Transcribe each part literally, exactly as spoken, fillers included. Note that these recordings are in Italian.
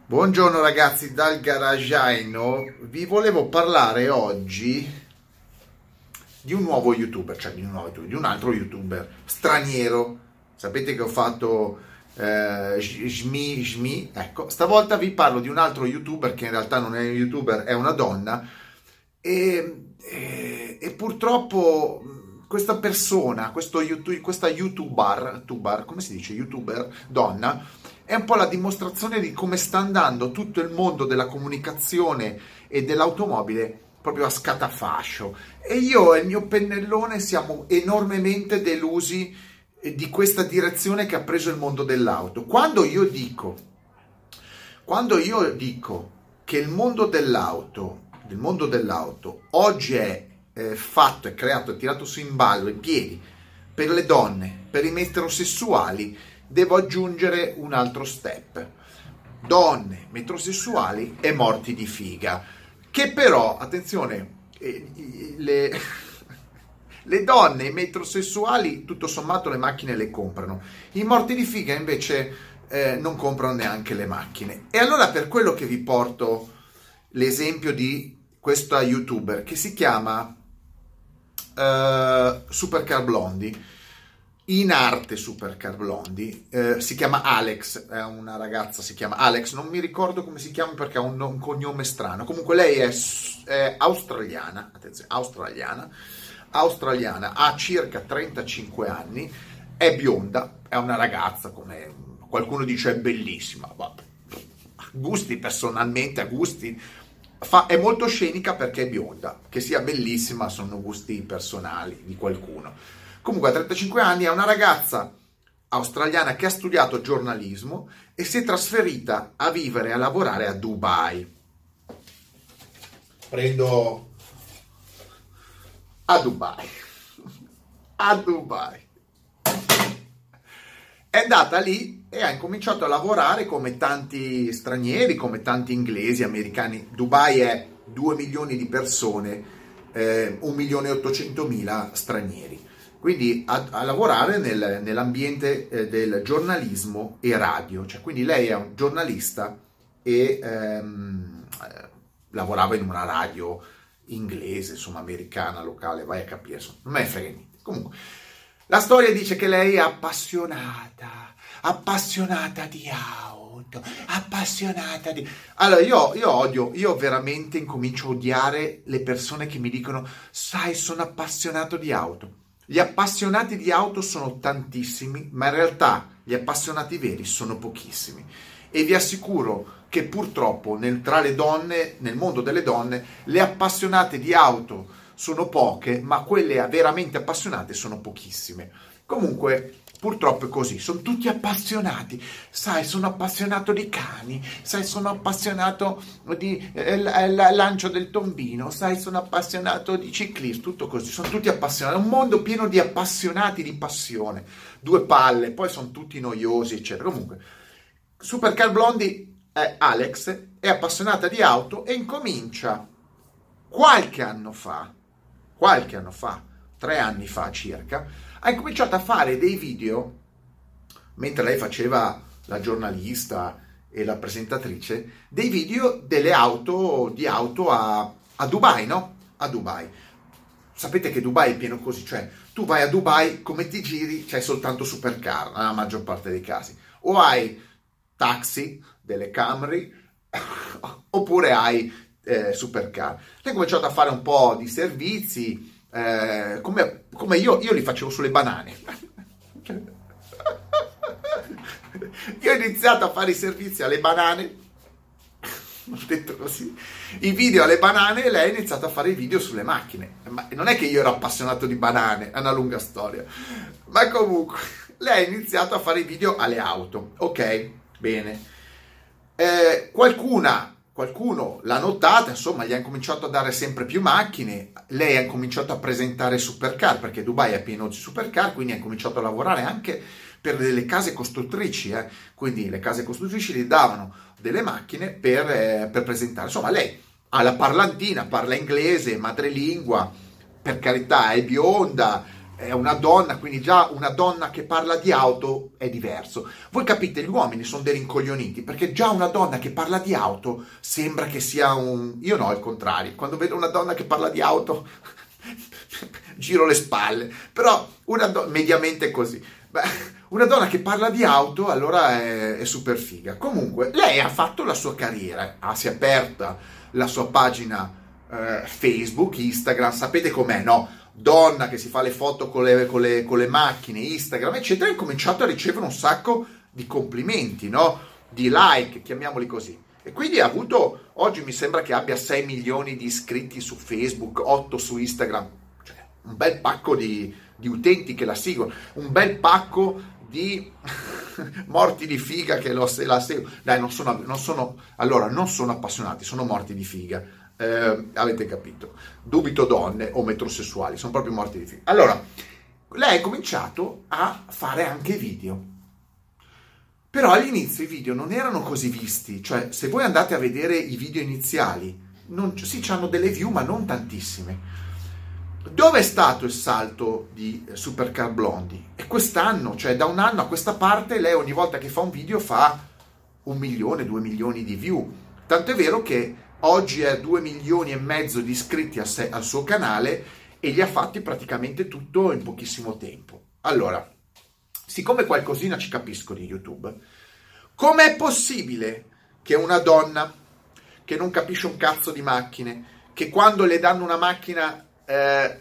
Buongiorno ragazzi dal garagiaino, vi volevo parlare oggi di un nuovo youtuber, cioè di un nuovo youtuber, di un altro youtuber straniero. Sapete che ho fatto eh, Shmi Shmi, ecco, stavolta vi parlo di un altro youtuber che in realtà non è un youtuber, è una donna e, e, e purtroppo questa persona, questo YouTube, questa youtuber, tuber, come si dice, youtuber donna, è un po' la dimostrazione di come sta andando tutto il mondo della comunicazione e dell'automobile proprio a scatafascio. E io e il mio pennellone siamo enormemente delusi di questa direzione che ha preso il mondo dell'auto. Quando io dico, quando io dico che il mondo dell'auto, il mondo dell'auto oggi è eh, fatto, è creato, è tirato su in ballo, in piedi, per le donne, per i metrosessuali, devo aggiungere un altro step: donne, metrosessuali e morti di figa. Che però, attenzione, eh, le, le donne, i metrosessuali, tutto sommato le macchine le comprano, i morti di figa invece eh, non comprano neanche le macchine. E allora per quello che vi porto l'esempio di questa youtuber che si chiama uh, Supercar Blondie, in arte Supercar Blondie, eh, si chiama Alex, è una ragazza, si chiama Alex, non mi ricordo come si chiama perché ha un, un cognome strano. Comunque lei è, è australiana, attenzione, australiana, australiana, ha circa trentacinque anni, è bionda, è una ragazza, come qualcuno dice è bellissima, ma a gusti, personalmente, a gusti, fa, è molto scenica perché è bionda. Che sia bellissima sono gusti personali di qualcuno. Comunque a trentacinque anni è una ragazza australiana che ha studiato giornalismo e si è trasferita a vivere e a lavorare a Dubai. Prendo a Dubai. A Dubai. È andata lì e ha incominciato a lavorare come tanti stranieri, come tanti inglesi, americani. Dubai è due milioni di persone, eh, un milione e ottocentomila stranieri. Quindi a, a lavorare nel, nell'ambiente eh, del giornalismo e radio, cioè quindi lei è un giornalista e ehm, eh, lavorava in una radio inglese, insomma americana, locale, vai a capire, insomma, non me ne frega niente. Comunque, la storia dice che lei è appassionata, appassionata di auto, appassionata di... Allora io, io odio, io veramente incomincio a odiare le persone che mi dicono sai, sono appassionato di auto. Gli appassionati di auto sono tantissimi, ma in realtà gli appassionati veri sono pochissimi. E vi assicuro che purtroppo nel, tra le donne, nel mondo delle donne, le appassionate di auto sono poche, ma quelle veramente appassionate sono pochissime. Comunque, purtroppo è così, sono tutti appassionati. Sai, sono appassionato di cani, sai, sono appassionato di eh, lancio del tombino, sai, sono appassionato di ciclismo, tutto così, sono tutti appassionati. È un mondo pieno di appassionati di passione, due palle, poi sono tutti noiosi, eccetera. Comunque, Supercar Blondie, è Alex, è appassionata di auto e incomincia qualche anno fa, qualche anno fa, tre anni fa circa, ha incominciato a fare dei video, mentre lei faceva la giornalista e la presentatrice, dei video delle auto, di auto a, a Dubai, no? A Dubai. Sapete che Dubai è pieno così, cioè tu vai a Dubai, come ti giri, c'hai soltanto supercar, nella maggior parte dei casi. O hai taxi, delle Camry, oppure hai eh, supercar. Lei ha cominciato a fare un po' di servizi, Eh, come, come io, io li facevo sulle banane. Io ho iniziato a fare i servizi alle banane, ho detto così, i video alle banane, e lei ha iniziato a fare i video sulle macchine. Ma non è che io ero appassionato di banane, è una lunga storia, ma comunque lei ha iniziato a fare i video alle auto. Ok, bene. Eh, qualcuna Qualcuno l'ha notata, insomma, gli ha incominciato a dare sempre più macchine, lei ha incominciato a presentare supercar, perché Dubai è pieno di supercar, quindi ha incominciato a lavorare anche per delle case costruttrici, eh. Quindi le case costruttrici gli davano delle macchine per, eh, per presentare. Insomma, lei ha la parlantina, parla inglese, madrelingua, per carità, è bionda, è una donna, quindi già una donna che parla di auto è diverso. Voi capite, gli uomini sono dei rincoglioniti, perché già una donna che parla di auto sembra che sia un... Io no, al contrario, quando vedo una donna che parla di auto giro le spalle, però una do... mediamente è così. Beh, una donna che parla di auto allora è, è super figa. Comunque, lei ha fatto la sua carriera, ha, si è aperta la sua pagina eh, Facebook, Instagram, sapete com'è, no? Donna che si fa le foto con le, con le, con le macchine, Instagram, eccetera, ha incominciato a ricevere un sacco di complimenti, no? Di like, chiamiamoli così. E quindi ha avuto, oggi mi sembra che abbia sei milioni di iscritti su Facebook, otto su Instagram, cioè un bel pacco di, di utenti che la seguono, un bel pacco di morti di figa che lo, la seguono. Dai, non sono, non sono, allora, non sono appassionati, sono morti di figa. Eh, avete capito, dubito donne o metrosessuali, sono proprio morti di figa. Allora, lei ha cominciato a fare anche video, però all'inizio i video non erano così visti, cioè se voi andate a vedere i video iniziali, non, sì, hanno delle view ma non tantissime. Dove è stato il salto di Supercar Blondie? E quest'anno, cioè da un anno a questa parte, lei ogni volta che fa un video fa un milione, due milioni di view, tanto è vero che oggi ha due milioni e mezzo di iscritti a sé, al suo canale, e li ha fatti praticamente tutto in pochissimo tempo. Allora, siccome qualcosina ci capisco di YouTube, com'è possibile che una donna che non capisce un cazzo di macchine, che quando le danno una macchina eh,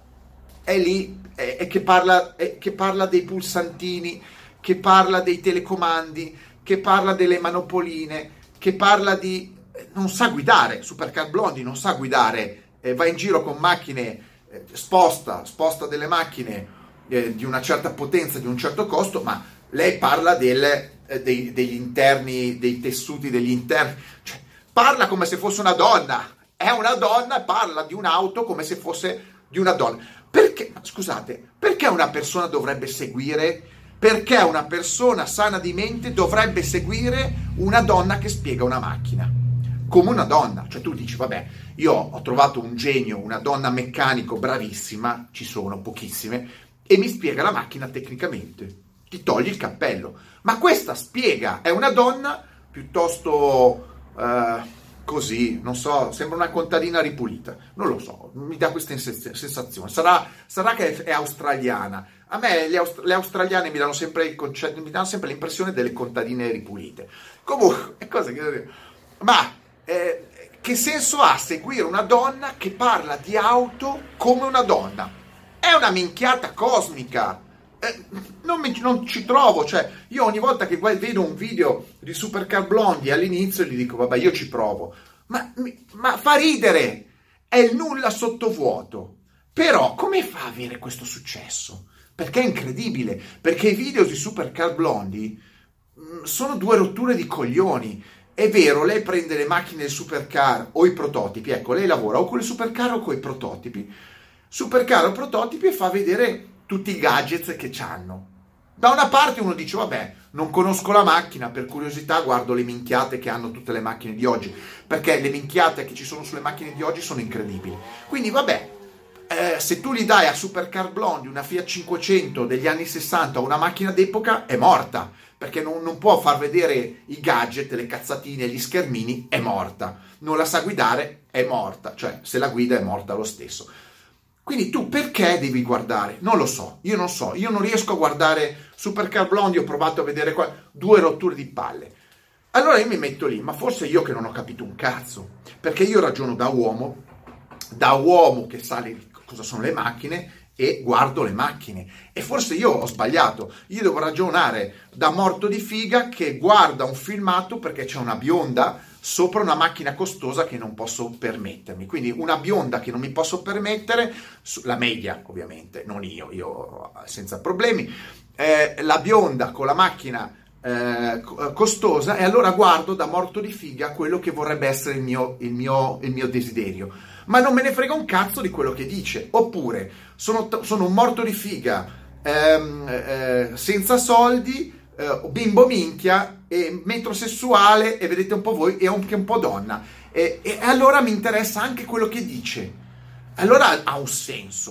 è lì e eh, che, parla, eh, che parla dei pulsantini, che parla dei telecomandi, che parla delle manopoline, che parla di... non sa guidare, Supercar Blondie non sa guidare, eh, va in giro con macchine, eh, sposta, sposta delle macchine eh, di una certa potenza, di un certo costo, ma lei parla del, eh, dei, degli interni, dei tessuti degli interni, cioè, parla come se fosse una donna, è una donna e parla di un'auto come se fosse di una donna. Perché, scusate, perché una persona dovrebbe seguire, perché una persona sana di mente dovrebbe seguire una donna che spiega una macchina? Come una donna, cioè tu dici vabbè, io ho trovato un genio, una donna meccanico bravissima, ci sono pochissime, e mi spiega la macchina tecnicamente, ti togli il cappello, ma questa spiega, è una donna piuttosto eh, così, non so, sembra una contadina ripulita, non lo so, mi dà questa sensazione, sarà, sarà che è australiana, a me le, aust- le australiane mi danno sempre il concetto, mi danno sempre l'impressione delle contadine ripulite, comunque, è cosa che... ma... Eh, che senso ha seguire una donna che parla di auto come una donna? È una minchiata cosmica. Eh, non, mi, non ci trovo, cioè io ogni volta che vedo un video di Supercar Blondie all'inizio gli dico vabbè, io ci provo, ma, ma fa ridere, è il nulla sottovuoto. Però come fa a avere questo successo? Perché è incredibile, perché i video di Supercar Blondie mh, sono due rotture di coglioni. È vero, lei prende le macchine del supercar o i prototipi, ecco, lei lavora o con le supercar o con i prototipi. Supercar o prototipi e fa vedere tutti i gadgets che c'hanno. Da una parte uno dice, vabbè, non conosco la macchina, per curiosità guardo le minchiate che hanno tutte le macchine di oggi, perché le minchiate che ci sono sulle macchine di oggi sono incredibili. Quindi vabbè, eh, se tu gli dai a Supercar Blondie una Fiat cinquecento degli anni sessanta o una macchina d'epoca, è morta. Perché non, non può far vedere i gadget, le cazzatine, gli schermini, è morta. Non la sa guidare, è morta. Cioè, se la guida è morta lo stesso. Quindi tu perché devi guardare? Non lo so, io non so. Io non riesco a guardare Supercar Blondie, ho provato a vedere qua, due rotture di palle. Allora io mi metto lì, ma forse io che non ho capito un cazzo. Perché io ragiono da uomo, da uomo che sa le, cosa sono le macchine, e guardo le macchine, e forse io ho sbagliato, io devo ragionare da morto di figa che guarda un filmato perché c'è una bionda sopra una macchina costosa che non posso permettermi, quindi una bionda che non mi posso permettere, la media ovviamente, non io, io senza problemi, eh, la bionda con la macchina eh, costosa, e allora guardo da morto di figa quello che vorrebbe essere il mio, il mio, il mio desiderio. Ma non me ne frega un cazzo di quello che dice. Oppure sono, sono un morto di figa, ehm, eh, senza soldi, eh, bimbo minchia, e metrosessuale, e vedete un po' voi, e anche un po' donna. E, e allora mi interessa anche quello che dice. Allora ha un senso.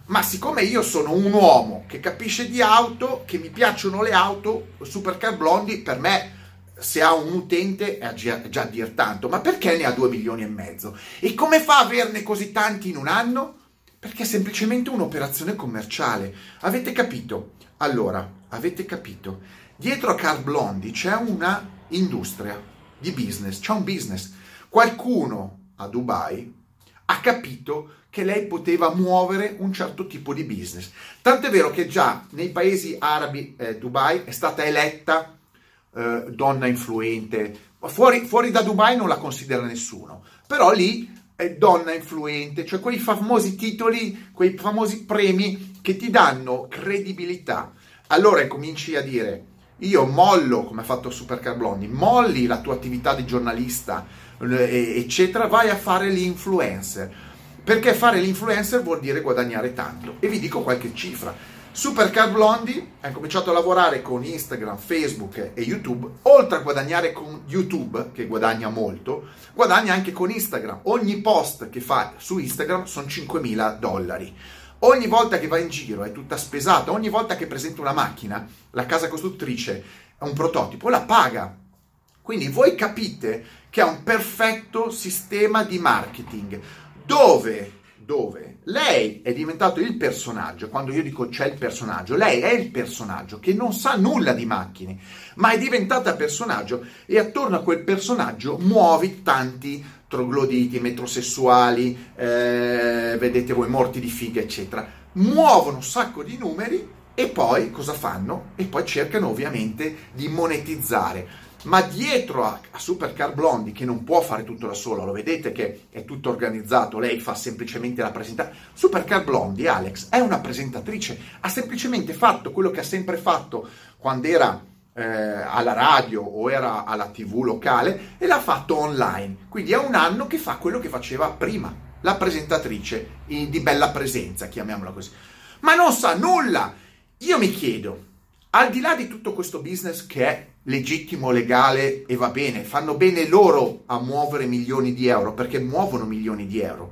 Ma siccome io sono un uomo che capisce di auto, che mi piacciono le auto, Supercar Blondie per me, se ha un utente, è già, è già a dir tanto. Ma perché ne ha due milioni e mezzo? E come fa a averne così tanti in un anno? Perché è semplicemente un'operazione commerciale. Avete capito? Allora, avete capito? Dietro a Car Blondie c'è una industria di business, c'è un business. Qualcuno a Dubai ha capito che lei poteva muovere un certo tipo di business. Tanto è vero che già nei paesi arabi eh, Dubai è stata eletta eh, donna influente. Fuori, fuori da Dubai non la considera nessuno, però lì è donna influente, cioè quei famosi titoli, quei famosi premi che ti danno credibilità. Allora cominci a dire, io mollo, come ha fatto Supercar Blondie, molli la tua attività di giornalista, eccetera, vai a fare l'influencer. Perché fare l'influencer vuol dire guadagnare tanto. E vi dico qualche cifra. Supercar Blondie ha cominciato a lavorare con Instagram, Facebook e YouTube. Oltre a guadagnare con YouTube, che guadagna molto, guadagna anche con Instagram. Ogni post che fa su Instagram sono cinquemila dollari. Ogni volta che va in giro è tutta spesata. Ogni volta che presenta una macchina, la casa costruttrice, un prototipo, la paga. Quindi voi capite che ha un perfetto sistema di marketing. Dove, dove lei è diventato il personaggio, quando io dico c'è il personaggio, lei è il personaggio che non sa nulla di macchine, ma è diventata personaggio e attorno a quel personaggio muovi tanti trogloditi, metrosessuali, eh, vedete voi, morti di figa, eccetera. Muovono un sacco di numeri e poi cosa fanno? E poi cercano ovviamente di monetizzare. Ma dietro a, a Supercar Blondie, che non può fare tutto da sola, lo vedete che è tutto organizzato, lei fa semplicemente la presentazione. Supercar Blondie, Alex, è una presentatrice, ha semplicemente fatto quello che ha sempre fatto quando era eh, alla radio o era alla tivù locale e l'ha fatto online. Quindi è un anno che fa quello che faceva prima, la presentatrice di bella presenza, chiamiamola così. Ma non sa nulla! Io mi chiedo, al di là di tutto questo business che è legittimo, legale e va bene, fanno bene loro a muovere milioni di euro, perché muovono milioni di euro,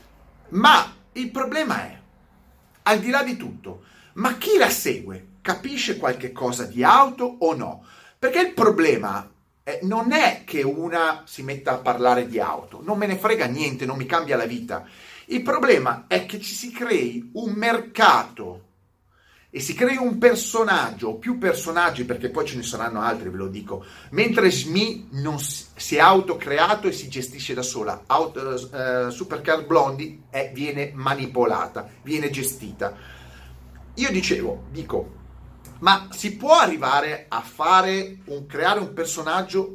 ma il problema è, al di là di tutto, ma chi la segue capisce qualche cosa di auto o no? Perché il problema è, non è che una si metta a parlare di auto, non me ne frega niente, non mi cambia la vita, il problema è che ci si crei un mercato e si crea un personaggio o più personaggi, perché poi ce ne saranno altri, ve lo dico, mentre S M I non si è autocreato e si gestisce da sola. Auto, uh, Supercar Blondie è, viene manipolata, viene gestita. Io dicevo, dico, ma si può arrivare a fare un, creare un personaggio,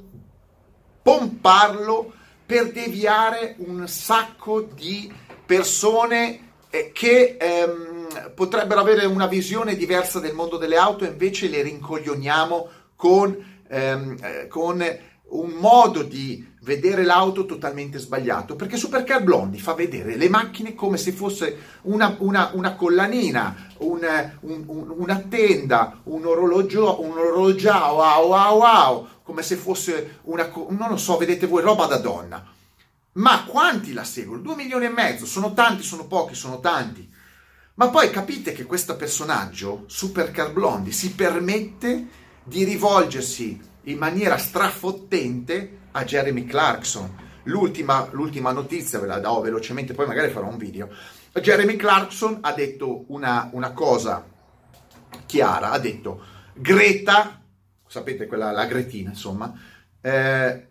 pomparlo per deviare un sacco di persone eh, che ehm, potrebbero avere una visione diversa del mondo delle auto e invece le rincoglioniamo con, ehm, eh, con un modo di vedere l'auto totalmente sbagliato, perché Supercar Blondie fa vedere le macchine come se fosse una, una, una collanina, un, un, un, una tenda, un orologio, un orologio, wow, wow, wow, come se fosse una, non lo so, vedete voi, roba da donna. Ma quanti la seguono? Due milioni e mezzo, sono tanti, sono pochi, sono tanti. Ma poi capite che questo personaggio, Supercar Blondie, si permette di rivolgersi in maniera strafottente a Jeremy Clarkson. L'ultima, l'ultima notizia ve la do velocemente, poi magari farò un video. Jeremy Clarkson ha detto una, una cosa chiara, ha detto Greta, sapete quella, la Gretina insomma, eh,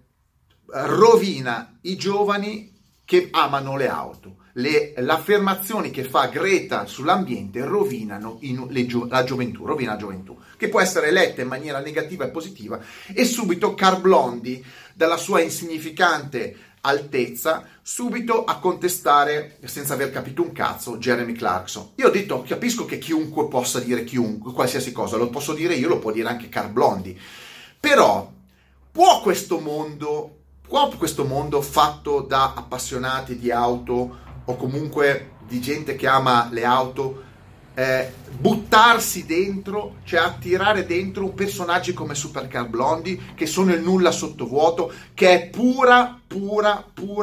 rovina i giovani che amano le auto. Le, le affermazioni che fa Greta sull'ambiente rovinano in, le, la gioventù, rovina la gioventù, che può essere letta in maniera negativa e positiva, e subito Car Blondie, dalla sua insignificante altezza, subito a contestare, senza aver capito un cazzo, Jeremy Clarkson. Io ho detto, capisco che chiunque possa dire chiunque, qualsiasi cosa, lo posso dire io, lo può dire anche Car Blondie, però può questo mondo, può questo mondo fatto da appassionati di auto o comunque di gente che ama le auto, eh, buttarsi dentro, cioè attirare dentro personaggi come Supercar Blondie, che sono il nulla sottovuoto, che è pura, pura, pura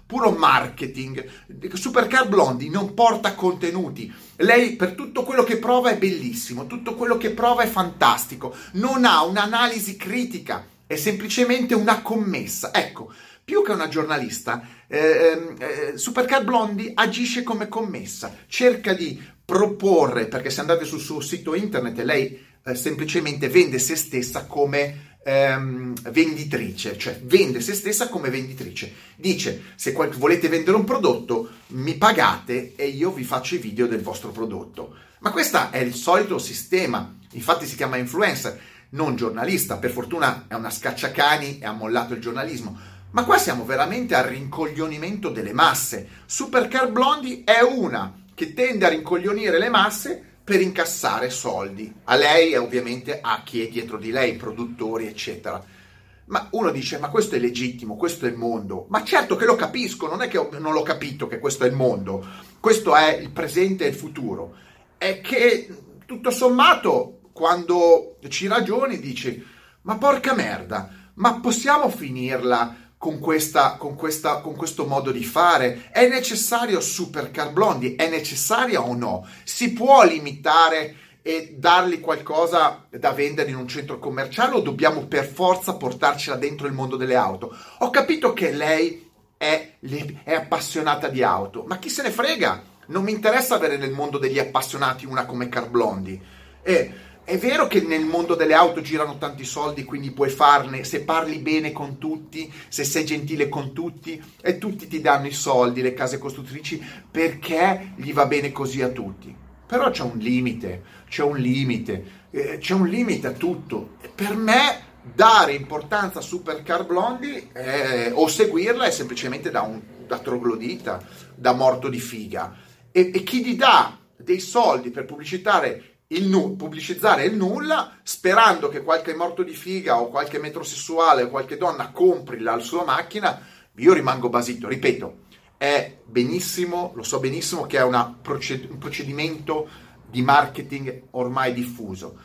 puro marketing. Supercar Blondie non porta contenuti. Lei per tutto quello che prova è bellissimo, tutto quello che prova è fantastico, non ha un'analisi critica, è semplicemente una commessa. Ecco, più che una giornalista, eh, eh, Supercar Blondie agisce come commessa, cerca di proporre, perché se andate sul suo sito internet lei eh, semplicemente vende se stessa come ehm, venditrice, cioè vende se stessa come venditrice. Dice, se qual- volete vendere un prodotto, mi pagate e io vi faccio i video del vostro prodotto. Ma questo è il solito sistema, infatti si chiama influencer, non giornalista. Per fortuna è una scacciacani e ha mollato il giornalismo. Ma qua siamo veramente al rincoglionimento delle masse. Supercar Blondie è una che tende a rincoglionire le masse per incassare soldi. A lei e ovviamente a chi è dietro di lei, produttori, eccetera. Ma uno dice, ma questo è legittimo, questo è il mondo. Ma certo che lo capisco, non è che non l'ho capito che questo è il mondo. Questo è il presente e il futuro. È che, tutto sommato, quando ci ragioni dici, ma porca merda, ma possiamo finirla con, questa, con, questa, con questo modo di fare? È necessario Supercar Blondie? È necessaria o no? Si può limitare e dargli qualcosa da vendere in un centro commerciale o dobbiamo per forza portarcela dentro il mondo delle auto? Ho capito che lei è, è appassionata di auto, ma chi se ne frega? Non mi interessa avere nel mondo degli appassionati una come Car Blondie. E è vero che nel mondo delle auto girano tanti soldi, quindi puoi farne, se parli bene con tutti, se sei gentile con tutti, e tutti ti danno i soldi, le case costruttrici, perché gli va bene così a tutti. Però c'è un limite, c'è un limite, eh, c'è un limite a tutto. Per me dare importanza a Supercar Blondie eh, o seguirla è semplicemente da, un, da troglodita, da morto di figa. E, e chi gli dà dei soldi per pubblicitare Il nu- pubblicizzare il nulla, sperando che qualche morto di figa o qualche metrosessuale o qualche donna compri la sua macchina, io rimango basito. Ripeto, è benissimo, lo so benissimo che è una proced- un procedimento di marketing ormai diffuso,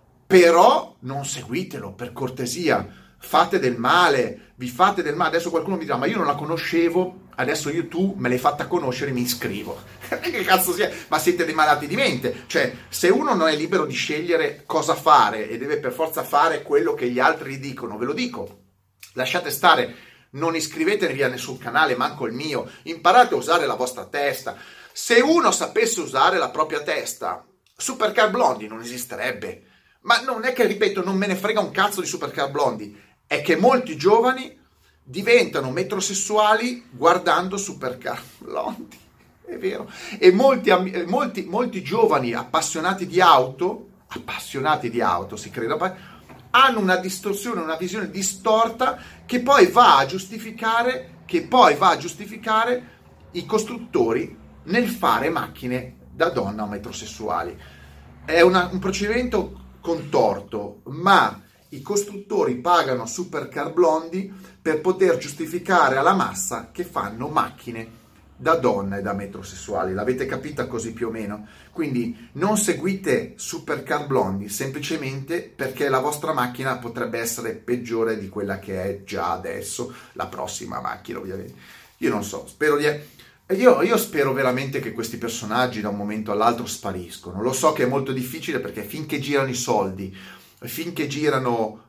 però non seguitelo, per cortesia. Fate del male, vi fate del male. Adesso qualcuno mi dirà, ma io non la conoscevo, adesso io tu me l'hai fatta conoscere, mi iscrivo. Che cazzo sia? Ma siete dei malati di mente. Cioè, se uno non è libero di scegliere cosa fare e deve per forza fare quello che gli altri gli dicono, ve lo dico, lasciate stare, non iscrivetevi a nessun canale, manco il mio, imparate a usare la vostra testa. Se uno sapesse usare la propria testa, Supercar Blondie non esisterebbe. Ma non è che, ripeto, non me ne frega un cazzo di Supercar Blondie, è che molti giovani diventano metrosessuali guardando Supercar Blondie, è vero. E molti, molti, molti giovani appassionati di auto, appassionati di auto, si crede, hanno una distorsione, una visione distorta che poi va a giustificare, che poi va a giustificare i costruttori nel fare macchine da donna o metrosessuali. È una, un procedimento contorto, ma i costruttori pagano Supercar Blondie per poter giustificare alla massa che fanno macchine da donna e da metrosessuali. L'avete capita così più o meno? Quindi non seguite Supercar Blondie semplicemente perché la vostra macchina potrebbe essere peggiore di quella che è già adesso, la prossima macchina ovviamente. Io non so, spero di... Io, io spero veramente che questi personaggi da un momento all'altro spariscono. Lo so che è molto difficile perché finché girano i soldi, finché girano,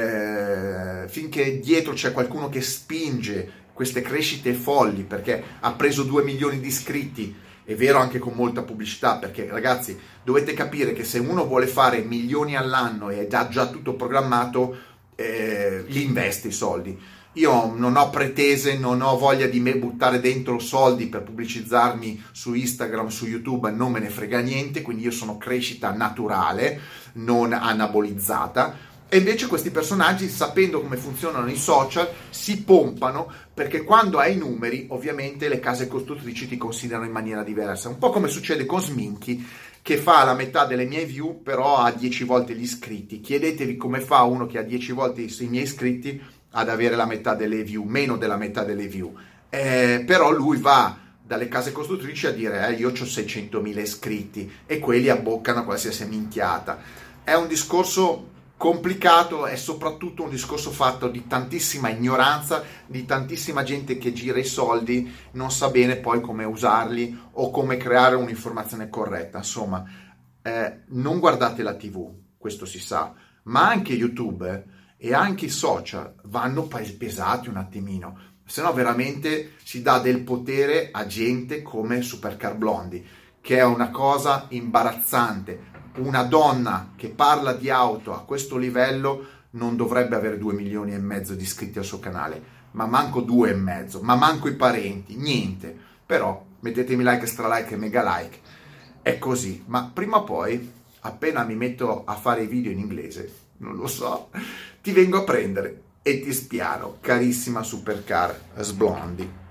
eh, finché dietro c'è qualcuno che spinge queste crescite folli, perché ha preso due milioni di iscritti, è vero anche con molta pubblicità, perché ragazzi dovete capire che se uno vuole fare milioni all'anno e ha già tutto programmato, eh, gli investe i soldi. Io non ho pretese, non ho voglia di me buttare dentro soldi per pubblicizzarmi su Instagram, su YouTube, non me ne frega niente, quindi io sono crescita naturale, non anabolizzata. E invece questi personaggi, sapendo come funzionano i social, si pompano perché quando hai numeri, ovviamente le case costruttrici ti considerano in maniera diversa. Un po' come succede con Sminky, che fa la metà delle mie view, però ha dieci volte gli iscritti. Chiedetevi come fa uno che ha dieci volte i miei iscritti ad avere la metà delle view, meno della metà delle view. Eh, però lui va dalle case costruttrici a dire eh, io ho seicentomila iscritti e quelli abboccano qualsiasi minchiata. È un discorso complicato, è soprattutto un discorso fatto di tantissima ignoranza, di tantissima gente che gira i soldi, non sa bene poi come usarli o come creare un'informazione corretta. Insomma, eh, non guardate la tivù, questo si sa, ma anche YouTube e anche i social vanno pesati un attimino, se no veramente si dà del potere a gente come Supercar Blondie, che è una cosa imbarazzante. Una donna che parla di auto a questo livello non dovrebbe avere due milioni e mezzo di iscritti al suo canale, ma manco due e mezzo, ma manco i parenti, niente. Però mettetemi like, stra like e mega like, è così. Ma prima o poi, appena mi metto a fare i video in inglese, non lo so, ti vengo a prendere e ti spiano, carissima Supercar Blondie.